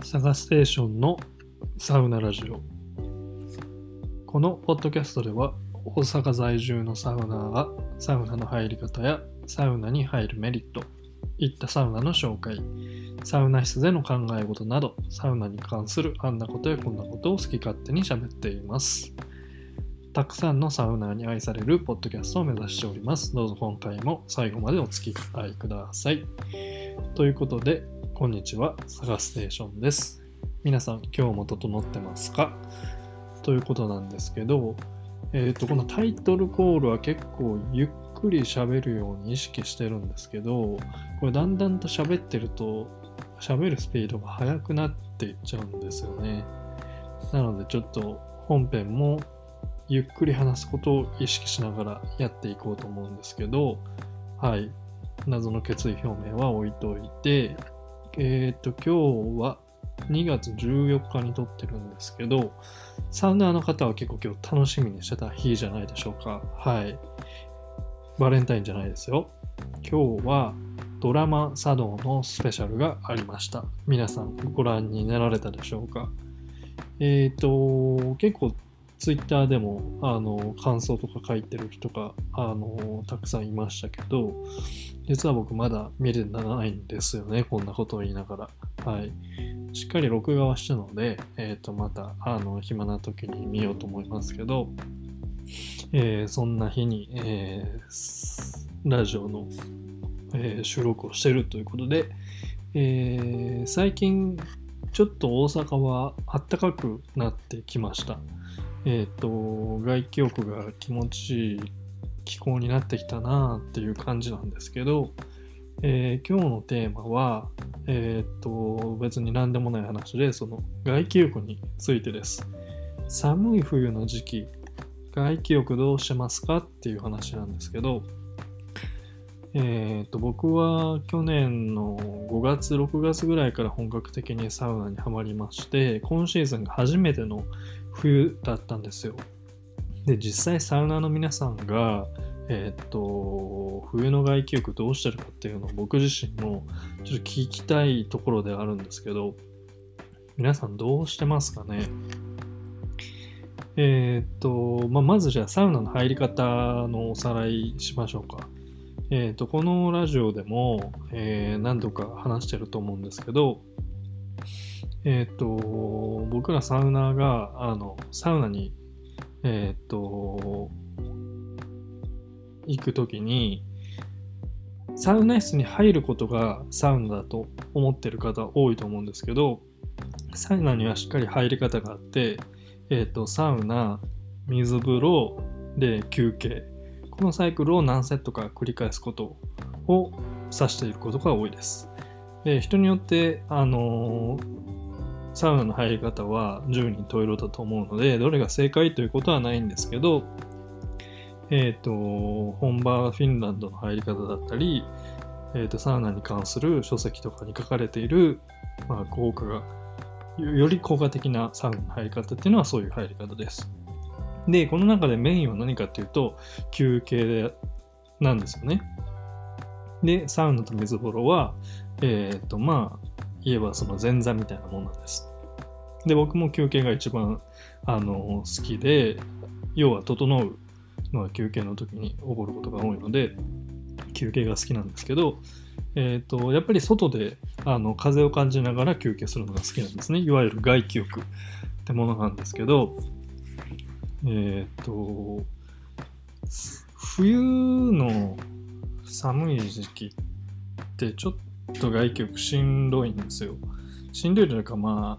サガステーションのサウナラジオ。このポッドキャストでは大阪在住のサウナーがサウナの入り方やサウナに入るメリット、いったサウナの紹介、サウナ室での考え事などサウナに関するあんなことやこんなことを好き勝手に喋っています。たくさんのサウナーに愛されるポッドキャストを目指しております。どうぞ今回も最後までお付き合いください。ということで、こんにちは、サガステーションです。皆さん、今日も整ってますか？ということなんですけど、このタイトルコールは結構ゆっくり喋るように意識してるんですけど、これだんだんと喋ってると、喋るスピードが速くなっていっちゃうんですよね。なのでちょっと本編もゆっくり話すことを意識しながらやっていこうと思うんですけど、はい。謎の決意表明は置いといて、今日は2月14日に撮ってるんですけど、サウナーの方は結構今日楽しみにしてた日じゃないでしょうか。はい。バレンタインじゃないですよ。今日はドラマ茶道のスペシャルがありました。皆さんご覧になられたでしょうか。結構ツイッターでも感想とか書いてる人がたくさんいましたけど、実は僕まだ見れてないんですよね、こんなことを言いながら。はい。しっかり録画はしたので、また暇な時に見ようと思いますけど、そんな日に、ラジオの、収録をしているということで、最近ちょっと大阪は暖かくなってきました。外気浴が気持ちいい気候になってきたなっていう感じなんですけど、今日のテーマは、別に何でもない話で、その外気浴についてです。寒い冬の時期、外気浴どうしてますかっていう話なんですけど、僕は去年の5月、6月ぐらいから本格的にサウナにはまりまして、今シーズンが初めての冬だったんですよ。で、実際サウナーの皆さんが、冬の外気浴どうしてるかっていうのを僕自身もちょっと聞きたいところではあるんですけど、皆さんどうしてますかね？まずじゃあサウナの入り方のおさらいしましょうか。このラジオでも、何度か話してると思うんですけど、僕らサウナーがサウナに、行くときにサウナ室に入ることがサウナだと思ってる方多いと思うんですけど、サウナにはしっかり入り方があって、サウナ、水風呂で休憩、このサイクルを何セットか繰り返すことを指していることが多いです。で、人によってサウナの入り方は十人十色だと思うので、どれが正解ということはないんですけど、本場フィンランドの入り方だったり、サウナに関する書籍とかに書かれている、効果がより効果的なサウナの入り方っていうのはそういう入り方です。で、この中でメインは何かっていうと休憩なんですよね。で、サウナと水風呂は言えばその前座みたいなものなんです。で、僕も休憩が一番好きで、要は整うのは休憩の時に起こることが多いので休憩が好きなんですけど、やっぱり外で風を感じながら休憩するのが好きなんですね。いわゆる外気浴ってものなんですけど、冬の寒い時期ってちょっと外気浴しんどいんですよ。しんどいというか、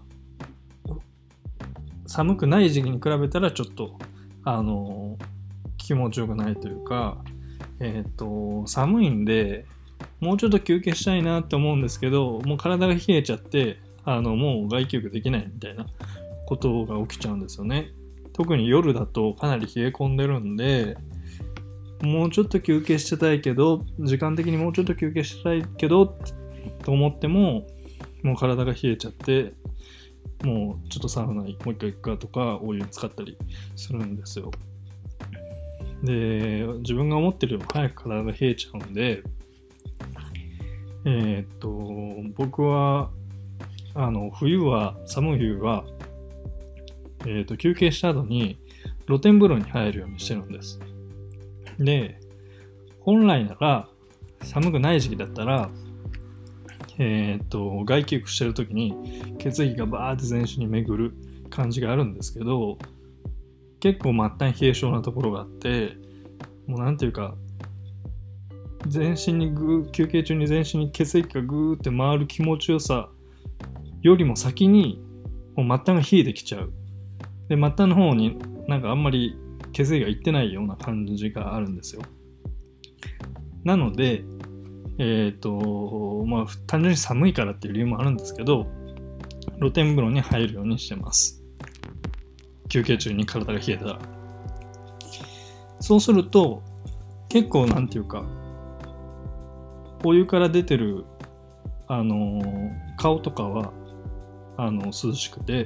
寒くない時期に比べたらちょっと気持ちよくないというか、寒いんでもうちょっと休憩したいなって思うんですけど、もう体が冷えちゃってもう外気浴できないみたいなことが起きちゃうんですよね。特に夜だとかなり冷え込んでるんで、もうちょっと休憩してたいけど、時間的にもうちょっと休憩したいけどと思っても、もう体が冷えちゃって、もうちょっとサウナにもう一回行くかとかお湯使ったりするんですよ。で、自分が思ってるよりも早く体が冷えちゃうんで、僕は寒い冬は、休憩した後に露天風呂に入るようにしてるんです。で、本来なら寒くない時期だったら、外気浴してる時に血液がバーって全身に巡る感じがあるんですけど、結構末端冷え性なところがあって、もうなんていうか、全身に休憩中に全身に血液がグーって回る気持ちよさよりも先にもう末端が冷えてきちゃう。で、末端の方になんかあんまり血液がいってないような感じがあるんですよ。なので、単純に寒いからっていう理由もあるんですけど、露天風呂に入るようにしてます。休憩中に体が冷えたら。そうすると、結構なんていうか、お湯から出てる、顔とかは、涼しくて、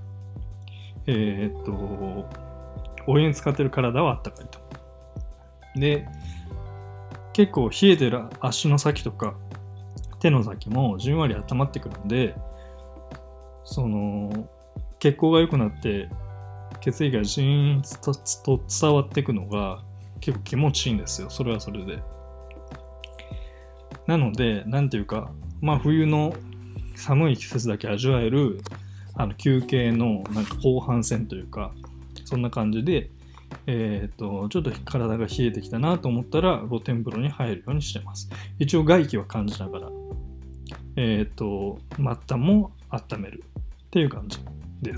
お湯に浸かってる体はあったかいと。で、結構冷えてる足の先とか手の先もじんわり温まってくるんで、血行が良くなって血液がじーんと伝わっていくのが結構気持ちいいんですよ。それはそれで。なので、なんていうか、冬の寒い季節だけ味わえる休憩のなんか後半戦というか、そんな感じで、ちょっと体が冷えてきたなと思ったら露天風呂に入るようにしてます。一応外気は感じながら、末端も温めるっていう感じです。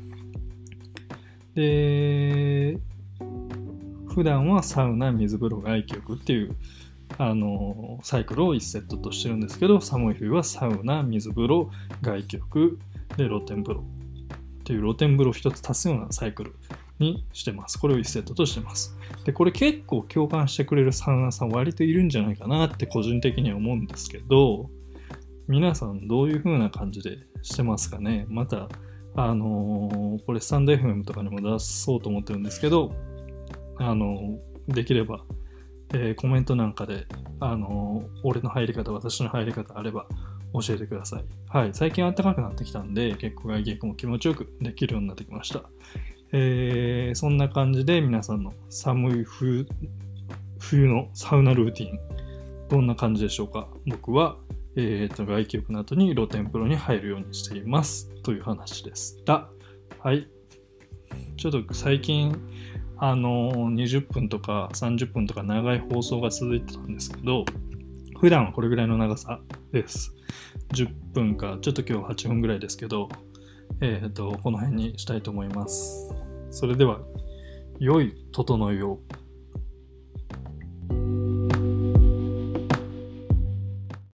で、普段はサウナ、水風呂、外気浴っていうサイクルを1セットとしてるんですけど、寒い冬はサウナ、水風呂、外気浴で露天風呂っていう露天風呂一つ足すようなサイクルにしてます。これを1セットとしてます。で、これ結構共感してくれるサウナーさん割といるんじゃないかなって個人的には思うんですけど、皆さんどういう風な感じでしてますかね。また、これスタンド FM とかにも出そうと思ってるんですけど、できれば、コメントなんかで、俺の入り方、私の入り方あれば教えてください。はい、最近暖かくなってきたんで、結構外気浴も気持ちよくできるようになってきました。そんな感じで皆さんの寒い冬のサウナルーティン、どんな感じでしょうか。僕は、外気浴の後に露天風呂に入るようにしていますという話でした。はい。ちょっと最近、20分とか30分とか長い放送が続いてたんですけど、普段はこれぐらいの長さです。10分か、ちょっと今日は8分ぐらいですけど、この辺にしたいと思います。それでは、良い整いを。